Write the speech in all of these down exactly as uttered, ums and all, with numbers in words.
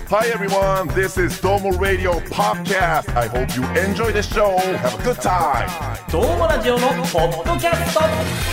Hi everyone, this is Domo Radio Podcast. I hope you enjoy the show. Have a good time. どうもラジオのポッドキャスト。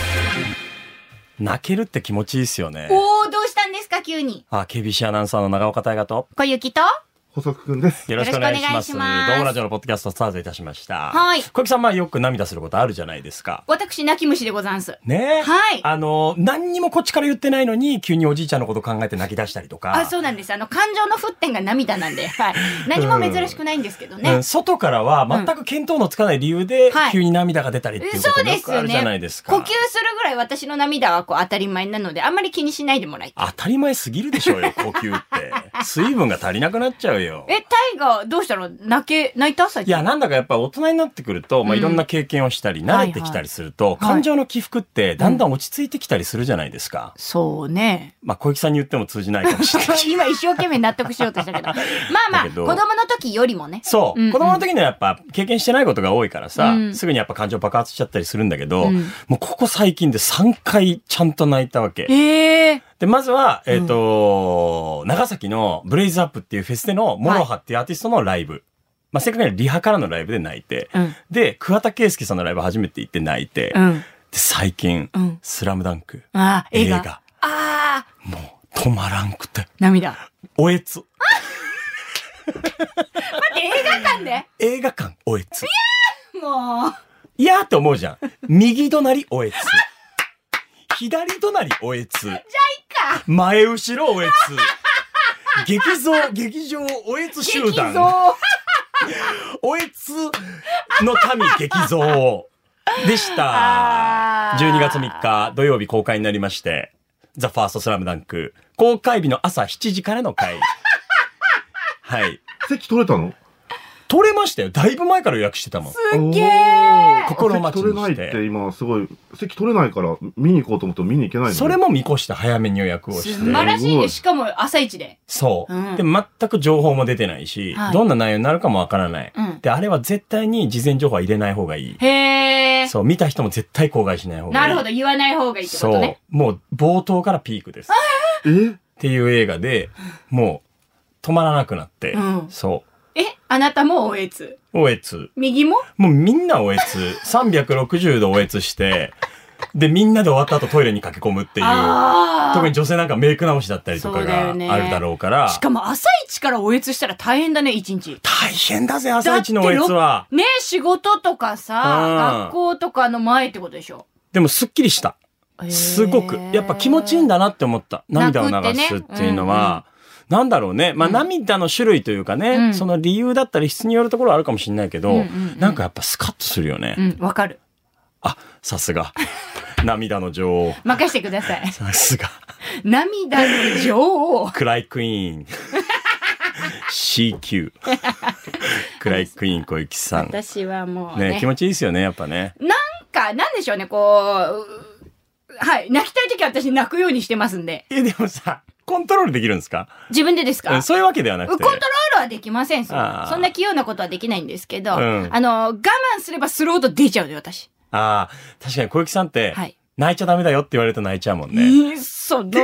泣けるって気持ちいいですよね。 おー、どうしたんですか急に。 あ、ケービーシー アナウンサーの長岡大河と小雪と細くくんです。 よろしくお願いします。 よろしくお願いしますどうもラジオのポッドキャストスタートいたしました。 はい小雪さん、まあよく涙することあるじゃないですか。 私泣き虫でござんす。 ねえ。 はいあの、何にもこっちから言ってないのに、急におじいちゃんのこと考えて泣き出したりとか。 あ、そうなんです。あの感情の沸点が涙なんで、はい。何も珍しくないんですけどね。 うん、外からは全く見当のつかない理由で、 はい急に涙が出たりっていうこともよくあるじゃないですか。 呼吸するぐらい私の涙はこう当たり前なので、あんまり気にしないでもらいたい。 当たり前すぎるでしょうよ、呼吸って。水分が足りなくなっちゃうよ。 え、タイガどうしたの？泣け、泣いた最近。 いや、なんだかやっぱり大人になってくると、まあ、 うんいろんな経験をしたり、慣れてきたりすると、 はい感情の起伏ってだんだん落ち着いてきたりするじゃないですか。 そうね。 まあ、小雪さんに言っても通じないかもしれないし。 今一生懸命納得しようとしたけど。まあまあ、子だけど供の時よりもね。 そう、 うんうん子供の時にはやっぱ経験してないことが多いからさ、 うんすぐにやっぱ感情爆発しちゃったりするんだけど、 うんもうここ最近でさんかいちゃんと泣いたわけ。 ええで、まずは、えっ、と、長崎のブレイズアップっていうフェスでのモロハっていうアーティストのライブ。まあ、せっかくならリハからのライブで泣いて、 うんで、桑田佳祐さんのライブ初めて行って泣いて、 うん。 で、最近、 うんスラムダンク。 ああ、映画。 映画ああ、 もう、止まらんくて。 涙。 おえつ。 待って、映画館で映画館、おえつ。 もう。 いやーって思うじゃん。右隣、おえつ。左隣、おえつ。 じゃあいっか。 前後ろ、おえつ。劇場、劇場、おえつ集団。 激増。 おえつの民劇場でしたあ。ーじゅうにがつみっか土曜日公開になりまして、ザ・ファーストスラムダンク。公開日の朝しちじからの回。はい。 席取れたの？ 取れましたよ。だいぶ前から予約してたもん。 すっげー。 心待ちにして席取れないって今すごい、席取れないから見に行こうと思っても見に行けないの、ね、 それも見越して早めに予約をして。 素晴らしいね。しかも朝一で。 そう、 うんで、全く情報も出てないし、 はいどんな内容になるかもわからない、 うんで、あれは絶対に事前情報は入れない方がいい。 へー。 そう、見た人も絶対口外しない方がいい。 なるほど。言わない方がいいってことそうね。。 もう冒頭からピークです。っえていう映画で、もう止まらなくなって、 うんそえ、あなたもおえつ。 う。おえつ。 右ももうみんなおえつ。さんびゃくろくじゅうどおえつして、で、みんなで終わった後トイレに駆け込むっていう。 あー。 特に女性なんかメイク直しだったりとかそうだよねがあるだろうから。 しかも朝一からおえつしたら大変だね、一日。 大変だぜ、朝一のおえつは。 ね、仕事とかさ、 うん学校とかの前ってことでしょ。 でもすっきりした。すごく。やっぱ気持ちいいんだなって思った。涙を流すっていうのは、なんだろうね。まあ、涙の種類というかね、 うんその理由だったり質によるところはあるかもしれないけど、 うんうんうんなんかやっぱスカッとするよね。 うん、わかる。 あ、さすが。涙の女王。 任してください。 さすが。 涙の女王。 クライクイーン。シーキュー。クライクイーン小雪さん。 私はもうね。 ね、気持ちいいですよね、やっぱね。 なんか、なんでしょうね、こう、はい。泣きたいときは私泣くようにしてますんで。 え、でもさ、コントロールできるんですか？ 自分でですか？ うんそういうわけではなくて。 コントロールはできませんそあーそんな器用なことはできないんですけど、 うんあの、我慢すればスローと出ちゃうよ、私。 ああ、確かに小雪さんって、 はい泣いちゃダメだよって言われると泣いちゃうもんね。 えーその、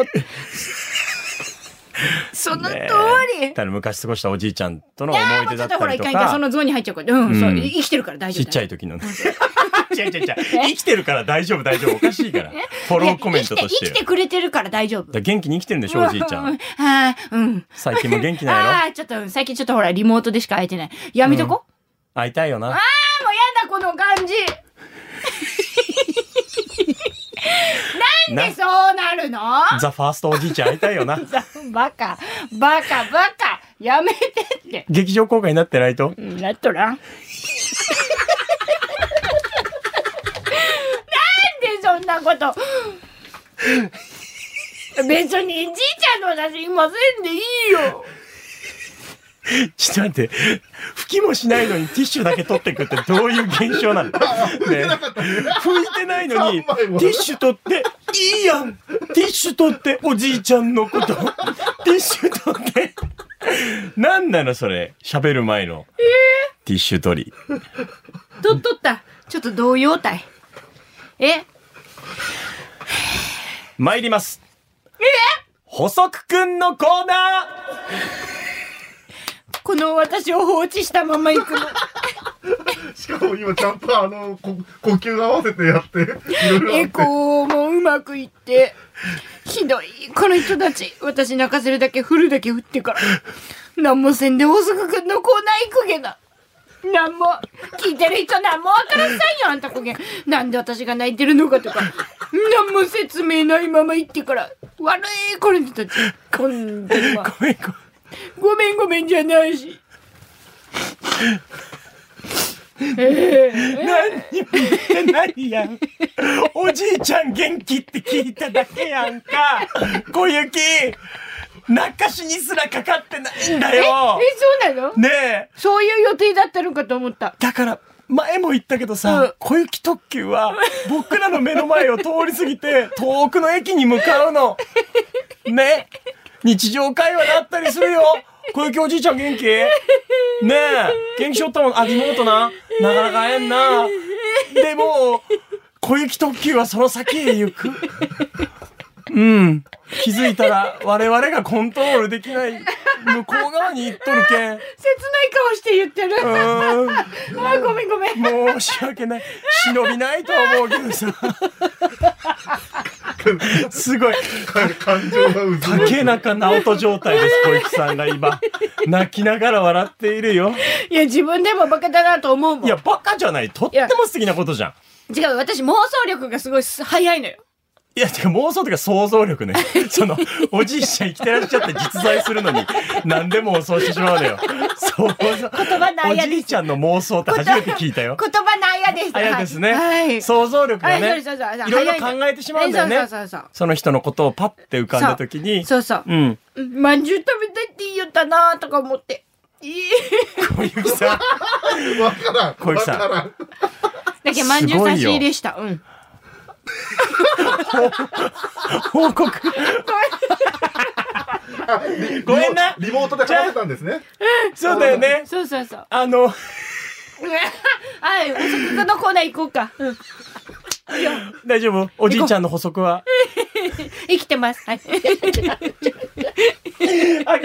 その通ねり。 だから昔過ごしたおじいちゃんとのいや思ーもうちょっとほら、 い出だったりといかんいかん、そか、 のゾーンに入っちゃうから。うん、 うんそう、生きてるから大丈夫。 ちっちゃい時のね。違う違う違う。生きてるから大丈夫大丈夫。おかしいから。フォローコメントとして。 いや生きて、生きてくれてるから大丈夫。 だから元気に生きてるんでしょ、おじいちゃ。 うんはい、うん。 最近も元気ないの？ ああ、ちょっと、最近ちょっとほら、リモートでしか会えてない。やめとこ。 会いたいよな。 ああ、もうやだ、この感じ。なんでそうなるの？ ザ・ファーストおじいちゃん会いたいよな。 バカ、バカ、バカ。やめてって。 劇場公開になってないと？ なっとらん。なんでそんなこと。別にじいちゃんの私今せんでいいよ。 ちょっと待って、拭きもしないのにティッシュだけ取ってくってどういう現象なの？ね、拭いてないのにティッシュ取って、いいやんティッシュ取って、おじいちゃんのことティッシュ取って。なんなのそれ、喋る前の、えー、ティッシュ取り。 とっとった。ちょっと動揺体。え参ります。 え補足くんのコーナー。 この私を放置したまま行くの。 しかも今ちゃんとあのこ呼吸合わせてやっていろいろエコーもうまくいってひどいこの人たち。私泣かせるだけ振るだけ振ってから何もせんで細くくんのコーナー行くげな。なんも聞いてる人なんもわからんさんよあんたこげん。なんで私が泣いてるのかとかなんも説明ないまま行ってから悪いこの人たち。ほんとにまあごめんごめんごめんごめんじゃないし。えー、 何にも言ってないやん。おじいちゃん元気って聞いただけやんか。小雪泣かしにすらかかってないんだええよ。 そうなの？ ねえ。 そういう予定だったのかと思った。 だから前も言ったけどさ、 うん小雪特急は僕らの目の前を通り過ぎて遠くの駅に向かうの。ね。日常会話だったりするよ。小雪おじいちゃん元気？ねえ。元気しよったもん。あ、リモートな。なかなかえんな。でも、小雪特急はその先へ行く。うん。気づいたら我々がコントロールできない向こう側に行っとるけん。 切ない顔して言ってる。 うーん。 あ、ごめんごめん。 申し訳ない。忍びないとは思うけどさ。すごい。 感情が渦巻く竹中直人状態です、小雪さんが今。泣きながら笑っているよ。 いや、自分でもバカだなと思うもん。 いや、バカじゃない。とっても素敵なことじゃん。 違う、私妄想力がすごい早いのよ。 いや、てか妄想というか想像力ね。その、おじいちゃん生きてらっしゃって実在するのに、何でも妄想してしまうのよ。想像。 言葉なんやです。 おじいちゃんの妄想って初めて聞いたよ。 言葉なんやです。 あやですね。 はい。 想像力がね、 はいそうそうそういろいろ考えてしまうんだよね。 そうそうそうそう。 その人のことをパッて浮かんだ時に。 そうそう。 うん。 まんじゅう食べたいって言ったなとか思って。いい。 小雪さん。 わからん。 小雪さんわからん。 だけどまんじゅう差し入れした。うん。 報告。ごめんな。 リモートで話せたんですね。 そうだよね。 そうそうそう。 あの、 はい、お食のコーナー行こうか。うん。 大丈夫？おじいちゃんの補足は。 生きてます。はい。 あかん。お腹痛いよ。お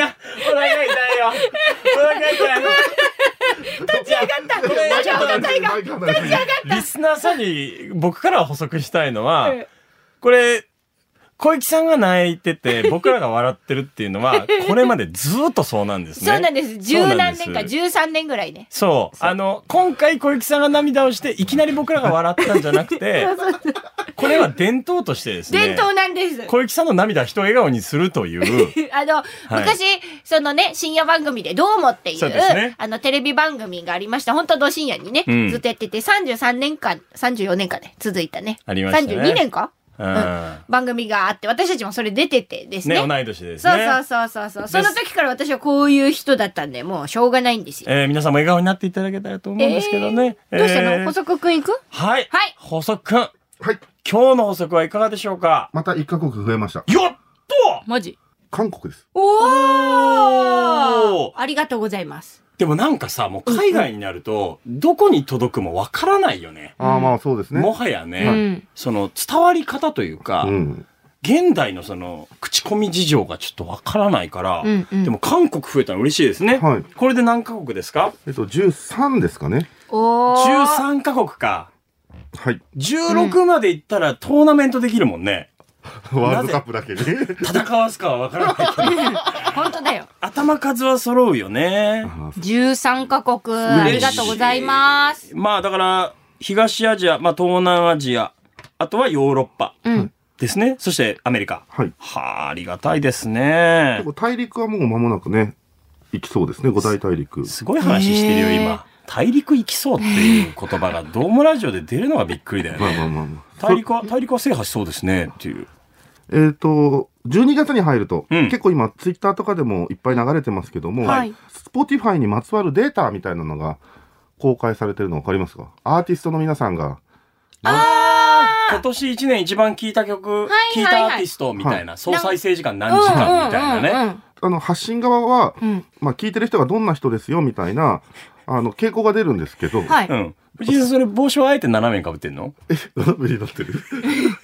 腹痛い。 立ち上がった。 これちょっとマイク離れてるマイク離れてるリスナーさんに僕から補足したいのはうん、 これ、小雪さんが泣いてて僕らが笑ってるっていうのは、これまでずっとそうなんですね。 そうなんです。十そうなんです何年か、十三年ぐらいね。 そう。あの、今回小雪さんが涙をして、いきなり僕らが笑ったんじゃなくて、これは伝統としてですね。 伝統なんです。 小雪さんの涙は人を笑顔にするという。 あの、昔、そのね、深夜番組でどうもっていう、 そうですねあの、テレビ番組がありました。本当ど深夜にね、 うんずっとやってて、さんじゅうさんねんかん、さんじゅうよねんかんね、続いたね。 ありましたねさんじゅうにねんかうん。 番組があって、私たちもそれ出ててですね。 ね、同い年ですそうね。 そうそうそうそう。その時から私はこういう人だったんで、もうしょうがないんですよ。 えー皆さんも笑顔になっていただけたらと思うんですけどね。 えーどうしたの、 えー補足くん行くはい。 はい補足くん。 はい。 今日の補足はいかがでしょうか？ また一カ国増えました。 やっとマジ韓国です。 おおーーありがとうございます。 でもなんかさ、もう海外になると、どこに届くもわからないよね。 ああ、まあそうですね。 もはやね、 うんその伝わり方というか、 うん。 現代のその口コミ事情がちょっとわからないから、 うんうんでも韓国増えたの嬉しいですね。 はいこれで何カ国ですか？ えっと、じゅうさんですかね。 おーじゅうさんカ国か。 はい。 じゅうろくまで行ったらトーナメントできるもんね。 ワールドカップだけで。 戦わすかはわからないけど。 本当だよ。 頭数は揃うよね。 じゅうさんカ国、ありがとうございます。 まあだから、東アジア、まあ東南アジア、あとはヨーロッパうん。 ですね。そしてアメリカ。 はい。 はあ、ありがたいですね。 大陸はもう間もなくね、行きそうですね、五大大陸。 すごい話してるよ、 へー今。大陸行きそうっていう言葉がドームラジオで出るのがびっくりだよまあね。 まあまあまあ。 大陸は、大陸は制覇しそうですね、っていう。 えっ、と、じゅうにがつに入ると、 うん結構今、ツイッターとかでもいっぱい流れてますけども、 はいスポティファイにまつわるデータみたいなのが公開されてるの分かりますか？アーティストの皆さんが、 今年一年一番聴いた曲、 い聴いたアーティストみたいな、総再生時間何時間みたいなね。 ね。 あの、発信側は、 うん。 まあ、聞いてる人がどんな人ですよみたいな、あの、傾向が出るんですけど、 はい。 うん。藤井さん、それ帽子をあえて斜めにかぶってんの？ え、斜めになってる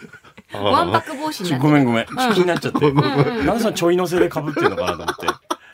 わんぱく帽子になってる。 ちょごめんごめん。ちょっと気になっちゃって。 うんうんなんでそのちょいのせでかぶってんのかなと思って。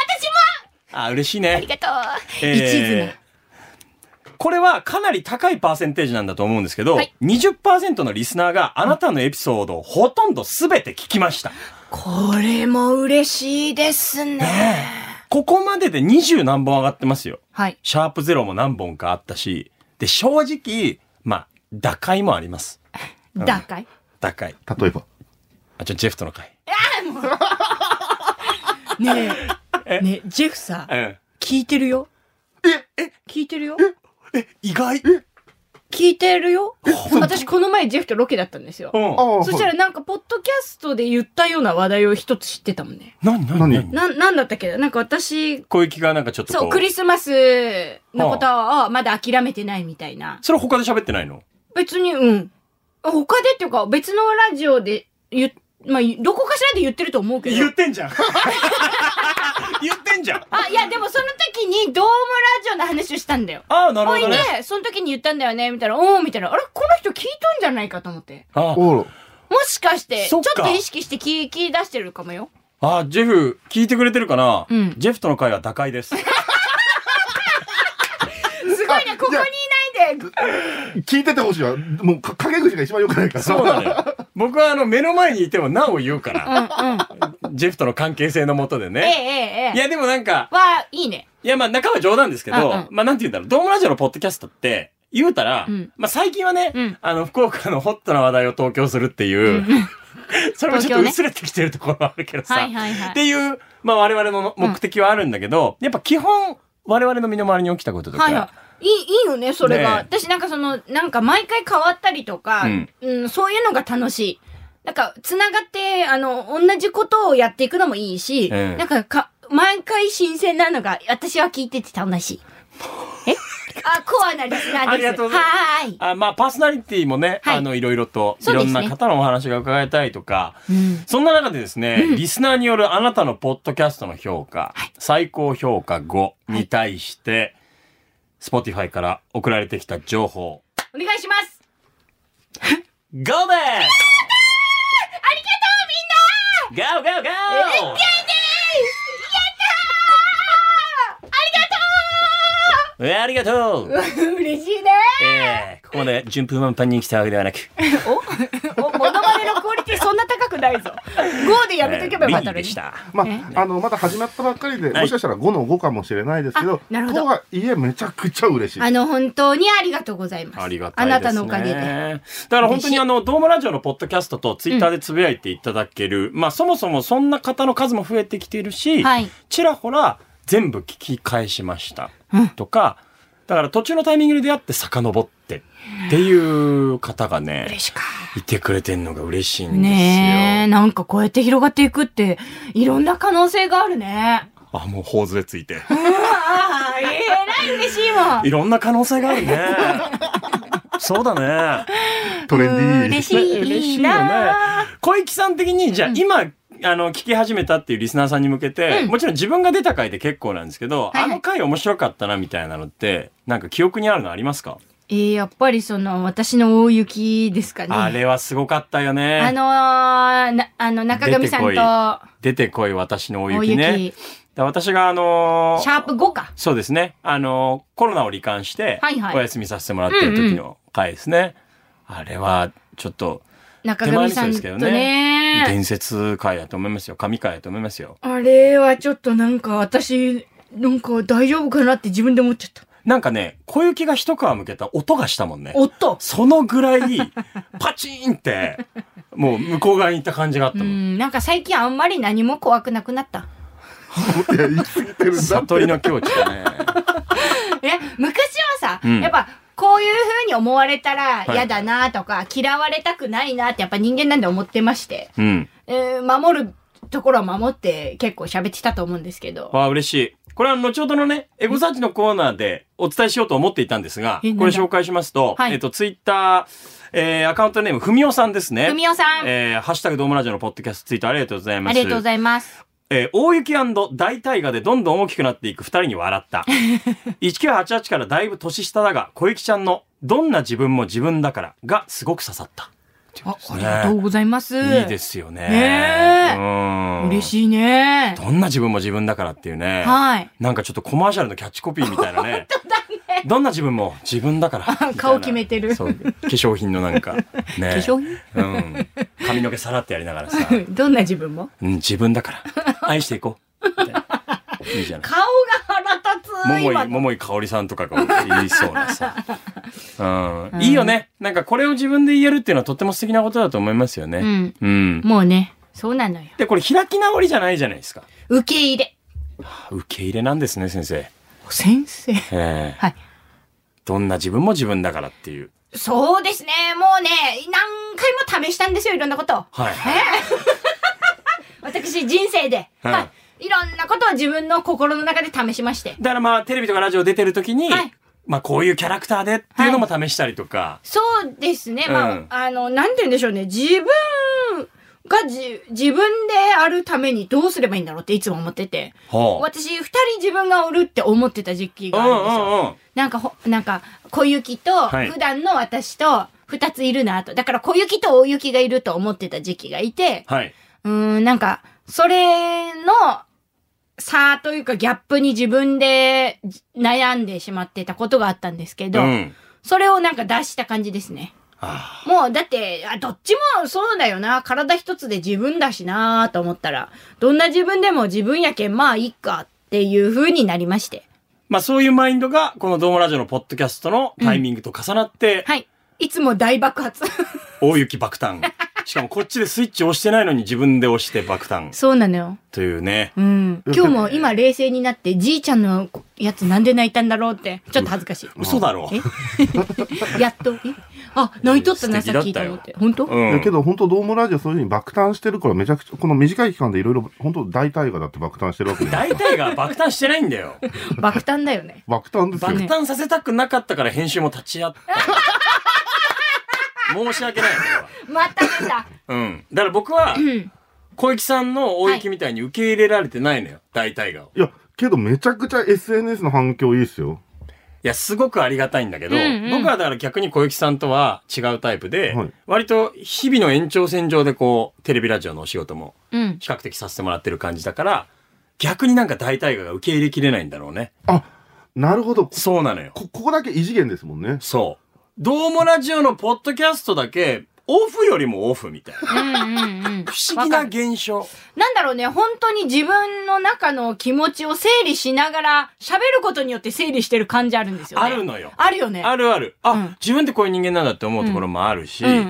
あ、嬉しいね。 ありがとう。 えー一途な。 これはかなり高いパーセンテージなんだと思うんですけど、 はい、 にじゅっパーセント のリスナーがあなたのエピソードをほとんど全て聞きました。 これも嬉しいですね。 ここまででにじゅう何本上がってますよ。 はい。 シャープゼロも何本かあったし、で、正直、まあ、打開もあります。 打開、 打開。 例えば。 あ、じゃあジェフとの会。 ねえ、ねえ、ジェフさ、 うん。 聞いてるよ。 え、え、 聞いてるよ。 え、意外。 聞いてるよ。私この前ジェフとロケだったんですよ。 うん。 ああ、 そしたらなんかポッドキャストで言ったような話題を一つ知ってたもんね。 何何何何な、なんだったっけなんか私、 小雪がなんかちょっとこう。 そう、クリスマスのことはまだ諦めてないみたいな。 それ他で喋ってないの？ 別に、うん。他でっていうか別のラジオで言っ、まあ、どこかしらで言ってると思うけど。 言ってんじゃん。言ってんじゃん。 あ、いやでもその時にドームラジオの話をしたんだよ。 ああ、なるほどね。 ほいで、その時に言ったんだよね、みたいな、おーみたいな。あれこの人聞いたんじゃないかと思って。 あおら。 もしかして、ちょっそっかと意識して聞き出してるかもよ。 あ、ジェフ、聞いてくれてるかな？ うんジェフとの会は打開です。 すごいね、ここにいないで。 聞いててほしいわ。もう、か陰口が一番良くないから。 そうだね。僕はあの、目の前にいてもなお言うかうんら。 うん。 ジェフとの関係性のもとでええね。 ええええ。 いや、でもなんか、 は、いいね。 いや、まあ、中は冗談ですけど、 うんうんまあ、なんて言うんだろう。ドームラジオのポッドキャストって、言うたら、 うんまあ、最近はね、 うんあの、福岡のホットな話題を東京するっていう、それもちょっと薄れてきてるところはあるけどさ、 はいはいはいっていう、まあ、我々の目的はあるんだけど、やっぱ基本、我々の身の回りに起きたこととか、 はいはい。いい、いいよね、それが。 ね私なんかその、なんか毎回変わったりとか、 うんうん、そういうのが楽しい。なんか、つながって、あの、同じことをやっていくのもいいし、 うんなんかか、 毎回新鮮なのが、私は聞いてて楽しい。えあ、コアなリスナーです。 ありがとうございます。 はーい。 あまあ、パーソナリティもね、 はい、 あの、いろいろと、いろそうですねんな方のお話が伺いたいとか、 うん、 そんな中でですね、うん、リスナーによるあなたのポッドキャストの評価、はい、最高評価ごに対して、はい、Spotify から送られてきた情報。 お願いします。 ごです。 ありがとうみんな !Go, go, go! えっけーでーありがとう嬉しいねえー、ここまで順風満帆に来たわけではなくおお、モノマネのクオリティそんな高くないぞ。ごでやめとけばよかったのに、えー、でした。 まあ、あの、まだ始まったばっかりで、もしかしたらごのごかもしれないですけど、 なるほど。 とはいえめちゃくちゃ嬉しい。 あの、本当にありがとうございます。 ありがたいですね。 あなたのおかげで。 だから本当にあの、ドームラジオのポッドキャストとツイッターでつぶやいていただける、うん、まあ、そもそもそんな方の数も増えてきているし、はい、ちらほら全部聞き返しました、うん、とか、だから途中のタイミングで出会って遡ってっていう方がね、 嬉しかいてくれてんのが嬉しいんですよ。 ねえ、なんかこうやって広がっていくっていろんな可能性があるね。 あ、もう頬杖ついて。 うわあ、えらい嬉しいもん。 いろんな可能性があるね。そうだね。 トレンディー。 嬉しい。 嬉しいよね。小池さん的に、じゃあ、うん、今、あの、聞き始めたっていうリスナーさんに向けて、うん、もちろん自分が出た回で結構なんですけど、はいはい、あの回面白かったなみたいなのって、なんか記憶にあるのありますか？ えー、やっぱりその、私の大雪ですかね。 あれはすごかったよね。 あのー、な、あの、中上さんと。 出てこい、私の大雪ね。大雪私があのー、 シャープごか。 そうですね。あのー、コロナを罹患して、お休みさせてもらってる時の回ですね。はいはいうんうん、あれは、ちょっと、 中上さんとね。 伝説回だと思いますよ。神回だと思いますよ。 あれはちょっとなんか私、なんか大丈夫かなって自分で思っちゃった。 なんかね、小雪が一皮向けた音がしたもんね。 音そのぐらい、パチーンって、もう向こう側に行った感じがあったもん。 うんなんか最近あんまり何も怖くなくなった。 いや、言い過ぎてるんだって。 悟りの境地だね。 え、昔はさ、うん、やっぱ、こういう風に思われたら嫌だなとか、はい、嫌われたくないなってやっぱ人間なんで思ってまして、うんえー、守るところは守って結構喋ってたと思うんですけど。 わあ、嬉しい。これは後ほどのね、エゴサーチのコーナーでお伝えしようと思っていたんですが、これ紹介しますと、はい、えっと、ツイッター、えー、アカウントネーム、ふみおさんですね。 ふみおさん。 えー、ハッシュタグドームラジオのポッドキャストツイートありがとうございます。 ありがとうございます。 えー、大雪&大大河でどんどん大きくなっていく二人に笑った。いちきゅうはちはちからだいぶ年下だが、小雪ちゃんのどんな自分も自分だからがすごく刺さった。 あ、ありがとうございます。 いいですよね。 ねえ。うん。嬉しいね。 どんな自分も自分だからっていうね。 はい。 なんかちょっとコマーシャルのキャッチコピーみたいなね。 本当だね。 どんな自分も自分だから。 顔決めてる。 そう。化粧品のなんか。ね。 化粧品うん。髪の毛さらってやりながらさ。 どんな自分もうん、自分だから。愛していこう。みたいな。いいじゃない。 顔が腹立つ。 桃井、桃井かおりさんとかが言いそうなさ。うん。うん、いいよね。なんかこれを自分で言えるっていうのはとっても素敵なことだと思いますよね。うん。うん。 もうね、そうなのよ。 で、これ開き直りじゃないじゃないですか。 受け入れ。 受け入れなんですね、先生。 先生。 えー、はい。どんな自分も自分だからっていう。 そうですね。もうね、何回も試したんですよ、いろんなこと。はい。私、人生で。はい。はいいろんなことを自分の心の中で試しまして。 だからまあ、テレビとかラジオ出てる時に、はい、まあ、こういうキャラクターでっていうのも試したりとか。はい、 そうですね。まあ、うん、あの、なんて言うんでしょうね。自分がじ、自分であるためにどうすればいいんだろうっていつも思ってて。はあ、私、二人自分がおるって思ってた時期があるんですよ。うんうんうん、なんかほ、なんか、小雪と、普段の私と、二ついるなと。だから、小雪と大雪がいると思ってた時期がいて、はい、うーん、なんか、それの、差というかギャップに自分で悩んでしまってたことがあったんですけど、うん、それをなんか出した感じですね。ああもうだってあ、どっちもそうだよな。体一つで自分だしなと思ったら、どんな自分でも自分やけんまあいいかっていう風になりまして。 まあそういうマインドがこのドームラジオのポッドキャストのタイミングと重なって、 うん、はい。いつも大爆発。 大雪爆誕。 しかもこっちでスイッチ押してないのに自分で押して爆誕そうなのよ。 というね。 うん。今日も今冷静になってじいちゃんのやつなんで泣いたんだろうってちょっと恥ずかしい。 嘘だろ。 やっとえあ泣いとったなさっきと思って。本当？ うん。けど本当ドームラジオそういう風に爆誕してるからめちゃくちゃこの短い期間でいろいろ本当大大河だって爆誕してるわけです。 大体が爆誕してないんだよ。 爆誕だよね。 爆誕ですよ。 爆誕させたくなかったから編集も立ち会った。申し訳ない。 またまた。 うん。だから僕は、小雪さんの大雪みたいに受け入れられてないのよ。大体が。 いや、けどめちゃくちゃ エスエヌエス の反響いいっすよ。 いや、すごくありがたいんだけど、 うんうん、 僕はだから逆に小雪さんとは違うタイプで、 はい、 割と日々の延長線上でこう、テレビラジオのお仕事も、比うん較的させてもらってる感じだから、逆になんか大体が受け入れきれないんだろうね。 あ、なるほど。 そうなのよ。 こ、ここだけ異次元ですもんね。 そう。どうもラジオのポッドキャストだけ、オフよりもオフみたいな。 うんうんうん。 不思議な現象。 なんだろうね、本当に自分の中の気持ちを整理しながら、喋ることによって整理してる感じあるんですよね。 あるのよ。 あるよね。 あるある。あ、 うん、 自分ってこういう人間なんだって思うところもあるし、 うんうんうん、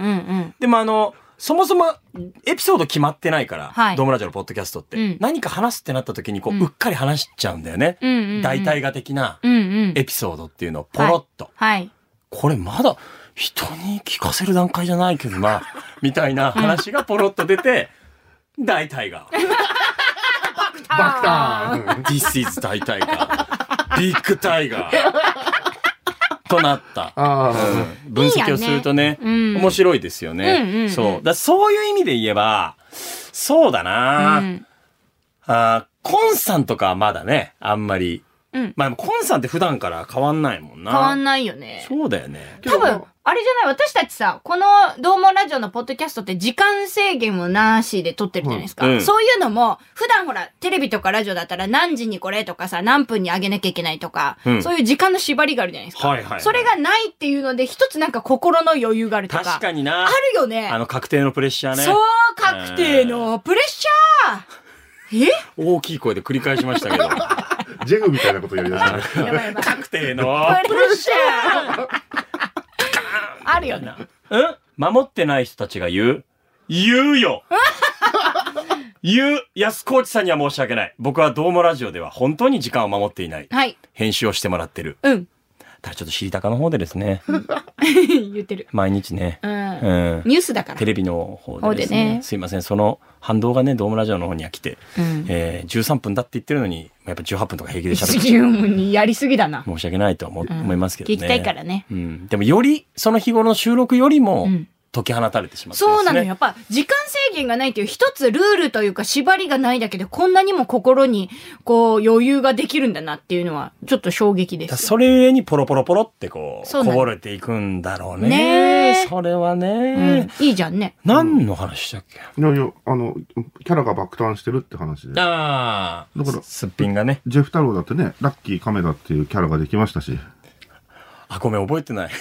でもあの、そもそもエピソード決まってないから、 はい、 ドームラジオのポッドキャストって、うん、何か話すってなった時にこう、うん、うっかり話しちゃうんだよね。 うんうんうん、 大体が的なエピソードっていうのをポロッと。 はいはい、これまだ人に聞かせる段階じゃないけどな、みたいな話がポロッと出て、大体が。 爆誕 This is 大体が。ビッグタイガー。となった。 あうん、分析をするとね、いいね、うん、面白いですよね。うんうんうん、そう。だそういう意味で言えば、そうだな、うん、あコンさんとかはまだね、あんまり。うん、まあでもコンさんって普段から変わんないもんな。 変わんないよね。 そうだよね。 多分、あれじゃない私たちさ、このドーモラジオのポッドキャストって時間制限もなしで撮ってるじゃないですか。うん、そういうのも、普段ほら、テレビとかラジオだったら何時にこれとかさ、何分に上げなきゃいけないとか、うん、そういう時間の縛りがあるじゃないですか。はいはいはい、それがないっていうので、一つなんか心の余裕があるとか。 確かにな。 あるよね。 あの確定のプレッシャーね。 そう、確定のプレッシャー、え大きい声で繰り返しましたけど。 ジェフみたいなことやりだしたね。 やばいやばい。 確定のプレッシャーあるよな。 うん守ってない人たちが言う言うよ言う安河内さんには申し訳ない。僕はドーモラジオでは本当に時間を守っていない。はい。編集をしてもらってる。うん。ただちょっと知りたかの方でですね。 言ってる。 毎日ね。 うん。うん、ニュースだから。 テレビの方でですね。ねすいません。その反動がね、ドームラジオの方には来て、うん、えー、じゅうさんぷんだって言ってるのに、やっぱじゅうはっぷんとか平気で喋って。 十分にやりすぎだな。 申し訳ないとは思、うん、思いますけどね。 聞きたいからね。 うん。でもより、その日頃の収録よりも、うん解き放たれてしまって、ね、 そうなのよ。やっぱ時間制限がないという一つルールというか縛りがないだけでこんなにも心にこう余裕ができるんだなっていうのはちょっと衝撃です。 それゆえにポロポロポロってこうこぼれていくんだろうね。ねそれはね、 うん、いいじゃんね。 何の話したっけ、 うん、いやいや、あの、キャラが爆誕してるって話で。 ああ。だから、すっぴんがね。 ジェフ太郎だってね、ラッキー亀田っていうキャラができましたし。 あ、ごめん、覚えてない。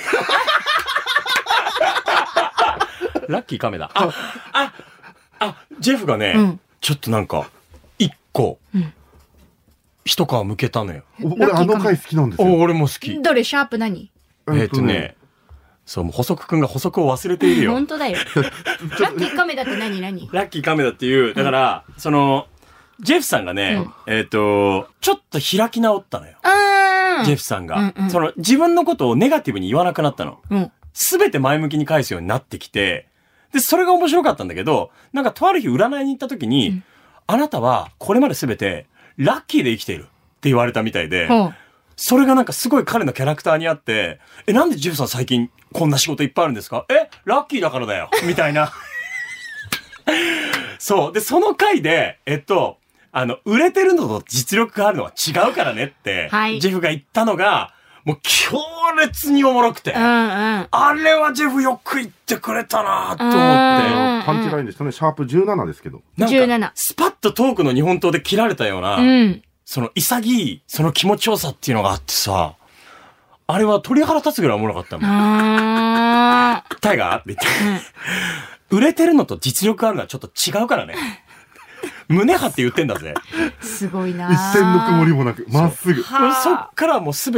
ラッキー亀田。あ、あ、あ、ジェフがね、うん、ちょっとなんか、一個、うん、一皮むけたのよ。 俺あの回好きなんですよ。 俺も好き。 どれシャープ何えっとね、そう、もう補足くんが補足を忘れているよ。 本当だよ。ラッキー亀田って何何ラッキー亀田っていう、だから、うん、その、ジェフさんがね、うん、えっと、ちょっと開き直ったのよ。ジェフさんが、うんうん。その、自分のことをネガティブに言わなくなったの。すべ、うん、て前向きに返すようになってきて、で、それが面白かったんだけど、なんかとある日占いに行った時に、うん、あなたはこれまですべてラッキーで生きているって言われたみたいで、うん、それがなんかすごい彼のキャラクターにあって、え、なんでジェフさん最近こんな仕事いっぱいあるんですか？え、ラッキーだからだよみたいな。そう。で、その回で、えっと、あの、売れてるのと実力があるのは違うからねって、はい、ジェフが言ったのが、もう強烈におもろくて、うんうん、あれはジェフよく言ってくれたなと思って、 パンチラインでしたね。シャープじゅうななですけど。 じゅうなな。 スパッとトークの日本刀で切られたような、うん、その潔い、その気持ちよさっていうのがあってさ、あれは鳥肌立つぐらいおもろかったもん。タイガーって言って、うん、売れてるのと実力あるのはちょっと違うからね。胸張って言ってんだぜ。 すごいな。 一線の曇りもなく、まっすぐ。 そっからもうすべて、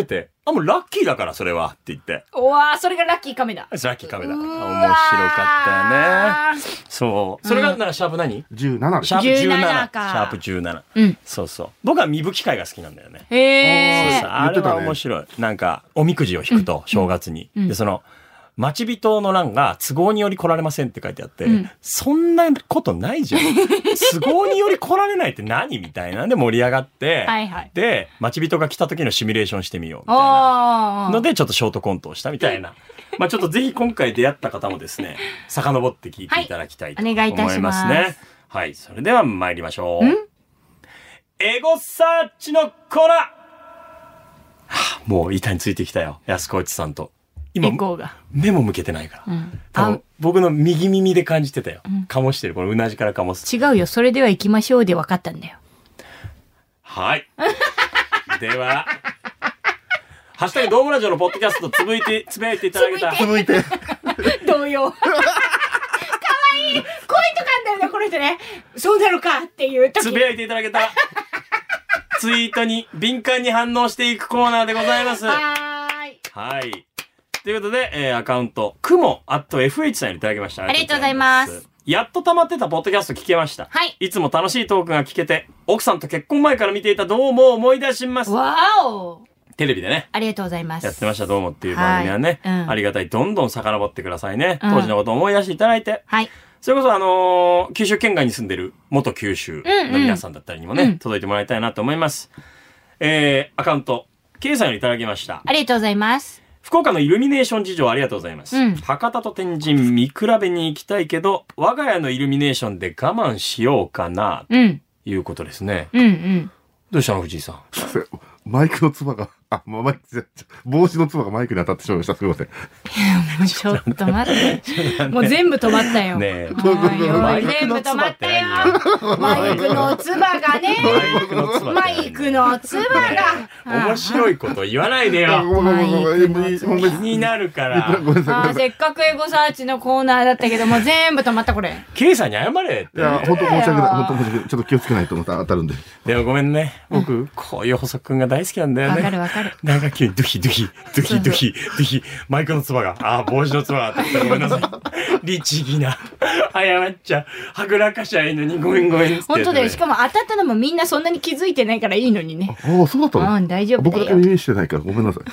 あ、もうラッキーだからそれはって言って。 うわー、それがラッキーカメだ。 ラッキーカメだ。 う面白わーかったよね。そう。それがならシャープ何？ じゅうななです。 シャープじゅうなな。 じゅうななシかャープじゅうなな。 うんそうそう。僕は見吹き会が好きなんだよね。 へー。 そうそうあれは面白い。なんか、おみくじを引くと、正月に。 うんで、その、待ち人の欄が都合により来られませんって書いてあって、 うんそんなことないじゃん。都合により来られないって何みたいなんで盛り上がって、 はいはいで、待ち人が来た時のシミュレーションしてみようみたいなあー。 ので、ちょっとショートコントをしたみたいな。まあちょっとぜひ今回出会った方もですね、遡って聞いていただきたいと思はいお願いいたしいまますすね。はい、それでは参りましょう。 んエゴサーチのコーナー、はあ、もう板についてきたよ。安子内さんと。今エコーが。 目も向けてないから。 うん多分あ僕の右耳で感じてたよ。醸してる。このうなじから醸す。 違うよ。それでは行きましょうで分かったんだよ。 はい。では、ハッシュタグドームラジオのポッドキャストつぶいて、つぶやいていただけたら。 続いて。 同様。かわいい。こういうとこあんだよね、この人ね。そうなのかっていう時。 つぶやいていただけたら。ツイートに敏感に反応していくコーナーでございます。 はーい。 はい。ということで、えー、アカウント、くも、アット エフエイチ さんよりいただきました。 ありがとうございます。 やっと溜まってたポッドキャスト聞けました。 はいいつも楽しいトークが聞けて、奥さんと結婚前から見ていたどうもを思い出します。 わお。 テレビでね、 ありがとうございます。 やってましたどうもっていう番組はね、 はいうんありがたい。どんどん遡ってくださいね。 うん当時のことを思い出していただいて。 はい。 それこそあのー九州県外に住んでる元九州の皆さんだったりにもね、 うんうん届いてもらいたいなと思います。えー、アカウント、K さんよりいただきました。 ありがとうございます。 福岡のイルミネーション事情ありがとうございます。 うん博多と天神見比べに行きたいけど、我が家のイルミネーションで我慢しようかな、とうん。 いうことですね。 うんうん。 どうしたの藤井さん。 マイクのつばが、あ、まあ、マイクじゃ、帽子のつばがマイクに当たってしまいました。すみません。 もうちょっと待って。もう全部止まったよ。 ねえ。 おいおい全部止まったよ。マイクのつばがね。 マイクのつばマイクのつばが。 面白いこと言わないでよ。 あごめんごめんごめんごめん。 マイクのつばほんまに気になるから。 ごめんなさい。ごめんあーなさい。 せっかくエゴサーチのコーナーだったけども全部止まったこれ。 K さんに謝れって。 いや、本当申し訳ない。本当申し訳ない。ちょっと気をつけないとまた当たるんで。 でもごめんね。僕、こういう補足くんが大好きなんだよわね。 かるわかる。 なんか急にドゥヒドゥヒ、ドゥヒドゥヒ、ドゥヒ、マイクのつばが、ああ、帽子のつばがって言ったらごめんなさい。律儀な。謝っちゃう。はぐらかしゃいいのにごめんごめんっつって、 本当だよ。しかも当たったのもみんなそんなに気づいてないからいいのにね。 ああ、そうだったのうん大丈夫だよ僕だけ耳してないからごめんなさい。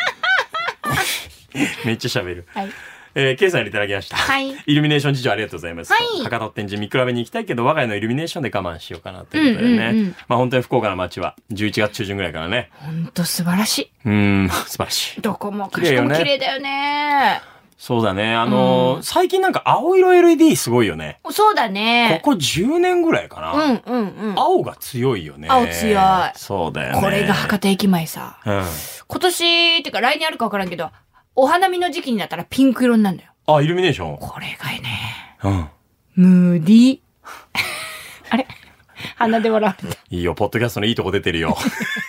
めっちゃ喋る。 はい。 えー、K さんよりいただきました。 はいイルミネーション事情ありがとうございます。 はい博多と天神見比べに行きたいけど、我が家のイルミネーションで我慢しようかなということでね。 うんうんうんまあ本当に福岡の街はじゅういちがつ中旬ぐらいからね。 ほんと素晴らしい。 うーん、素晴らしい。 どこもか綺麗よねしこも綺麗だよね。 そうだね。あのーうん最近なんか青色 エルイーディー すごいよね。 そうだね。 ここじゅうねんぐらいかな。 うんうんうん。 青が強いよね。 青強いそうだよね。 これが博多駅前さ。 うん。 今年、ってか来年あるか分からんけど、お花見の時期になったらピンク色になるんだよ。 あ、イルミネーション。 これがね、 うん。 ムーディー。あれ鼻で笑われた。 いいよ、ポッドキャストのいいとこ出てるよ。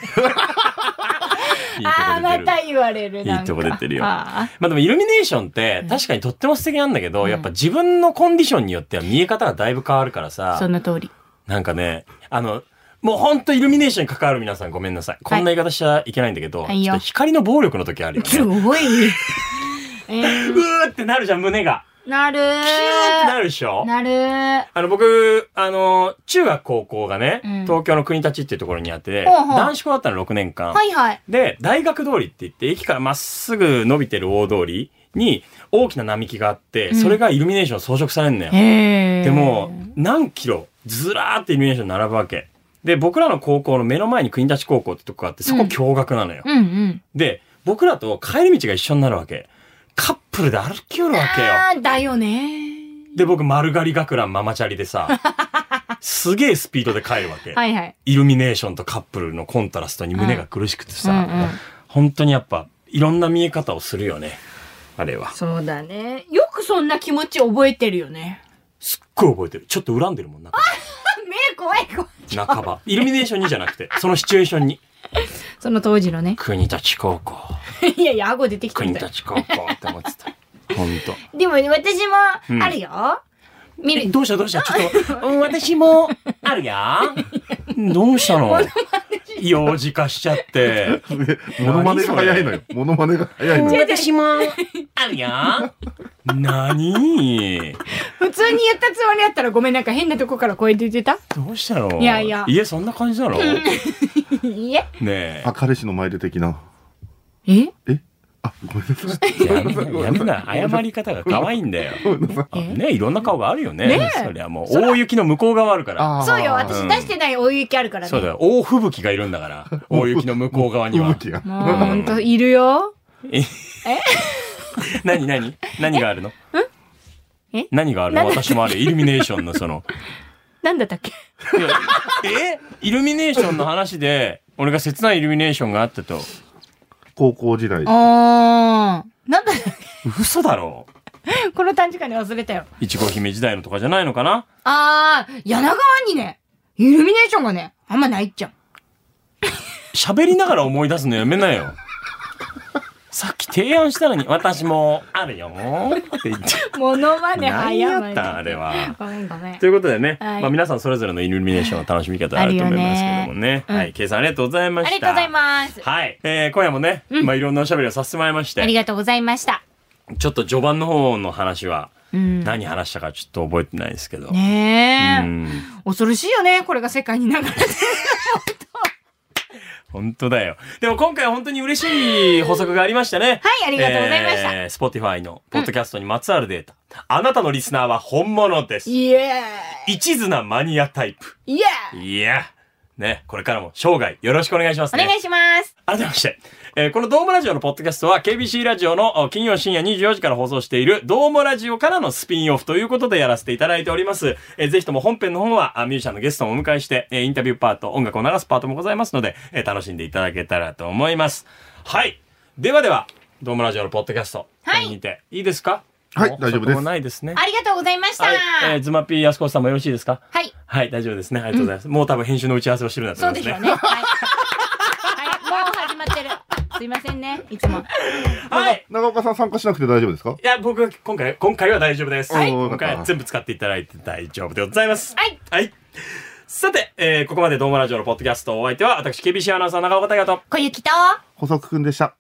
いいとこああー、 出てる。 また言われるなんか。 いいとこ出てるよあまあでもイルミネーションって確かにとっても素敵なんだけど、やっぱ自分のコンディションによっては見え方がだいぶ変わるからーさそ、の通り。 なんかね、あの、もうほんとイルミネーションに関わる皆さんごめんなさい。こんな言い方しちゃいけないんだけど、 はいよちょっと光の暴力の時あるよすね。 ごい。えー、 うーってなるじゃん、胸が。 なるキューってなー。 るでしょなるー。 あの、僕、あの、中学高校がね、 うん東京の国立っていうところにあって、 ほうほう男子校だったのろくねんかん。 はいはい。 で、大学通りって言って、駅からまっすぐ伸びてる大通りに大きな並木があって、 うんそれがイルミネーション装飾されんのよ。 へー。 でも、何キロ、ずらーってイルミネーション並ぶわけ。で、僕らの高校の目の前に国立高校ってとこがあって、そこ驚愕なのよ。 うんうん。 で、僕らと帰り道が一緒になるわけ。カップルで歩きよるわけよ。 あー、だよねで、僕丸刈り学ランママチャリでさ、すげえスピードで帰るわけ。 はいはい。 イルミネーションとカップルのコントラストに胸が苦しくてさ、 うんうん本当にやっぱいろんな見え方をするよね。あれは。 そうだね。よくそんな気持ち覚えてるよね。 すっごい覚えてる。ちょっと恨んでるもんな。 目怖い怖い。 半ば。イルミネーションにじゃなくて、そのシチュエーションに。 その当時のね。 国立高校。 いやいや、顎出てきた国んだよ。 立高校って思ってた。本当。 でも私もあるよ。見る。 どうしたどうしたちょっと、うん私もあるよ。どうしたの幼児化しちゃって。 モノマネが早いのよ。モノマネが早いのよ。 私も、あるよ。何普通に言ったつもりだったらごめん、なんか変なとこから声出てた？ どうしたの？ いやいや。 家そんな感じなの？ いえ。 ねえ。 あ、彼氏の前で的な。 え？ え？あ、ごめんなさい。 やめな、やめな、謝り方が可愛いんだよ。ね、いろんな顔があるよね。 ねそりゃもう、大雪の向こう側あるから。 そうよ、私出してない大雪あるからね。 そうだよ、大吹雪がいるんだから。大雪の向こう側には。 吹雪が。 もうほんと、いるよ。 え何何何があるの？ え何があるの？私もある。イルミネーションのその。 なんだったっけ？ えイルミネーションの話で、俺が切ないイルミネーションがあったと。 高校時代。 あー。なんだっけ？ 嘘だろ。 この短時間で忘れたよ。 いちご姫時代のとかじゃないのかな？ あー、柳川にね、イルミネーションがね、あんまないっちゃ。 喋りながら思い出すのやめなよ。さっき提案したのに、私もあるよって言って。 モノマネ早い。 何やったあれは。 ごめんごめん。 ということでね、 はい、 まあ皆さんそれぞれのイルミネーションの楽しみ方あると思いますけどもね。ねはい、ケイさんありがとうございました。 ありがとうございます。 はい。えー、今夜もね、うん、まあいろんなおしゃべりをさせてもらいまして。 ありがとうございました。 ちょっと序盤の方の話は、うん、何話したかちょっと覚えてないですけど。 ねえ、 うん。 恐ろしいよね、これが世界に流れてる。 本当だよ。でも今回は本当に嬉しい補足がありましたね。 はい、ありがとうございました。 えー、Spotify のポッドキャストにまつわるデータ。うん、あなたのリスナーは本物です。 イエーイ。 一途なマニアタイプ。 イエーイ。いや。ね、これからも生涯よろしくお願いしますね。 お願いします。 改めまして、えー、このドームラジオのポッドキャストは ケービーシー ラジオの金曜深夜にじゅうよじから放送しているドームラジオからのスピンオフということでやらせていただいております。えー、ぜひとも本編の方はミュージシャンのゲストもお迎えして、えー、インタビューパート、音楽を流すパートもございますので、えー、楽しんでいただけたらと思います。はい。ではでは、ドームラジオのポッドキャスト、はい。見ていいですか？ はい、大丈夫です。 ないですね。 ありがとうございました。はい、 えー、ズマピーやすこさんもよろしいですか？ はい。 はい、大丈夫ですね。ありがとうございます。うん、もう多分編集の打ち合わせをしてるんだと思いますね。 そうでしょうね。はい。はい、もう始まってる。すいませんね、いつも。 はい。 長岡さん参加しなくて大丈夫ですか？ いや、僕は今回、今回は大丈夫です。 はい。 今回は全部使っていただいて大丈夫でございます。 はい。 はい。さて、えー、ここまでドームラジオのポッドキャストお相手は、私、ケービーシー アナウンサー長岡大和と、 小雪と、 補足くんでした。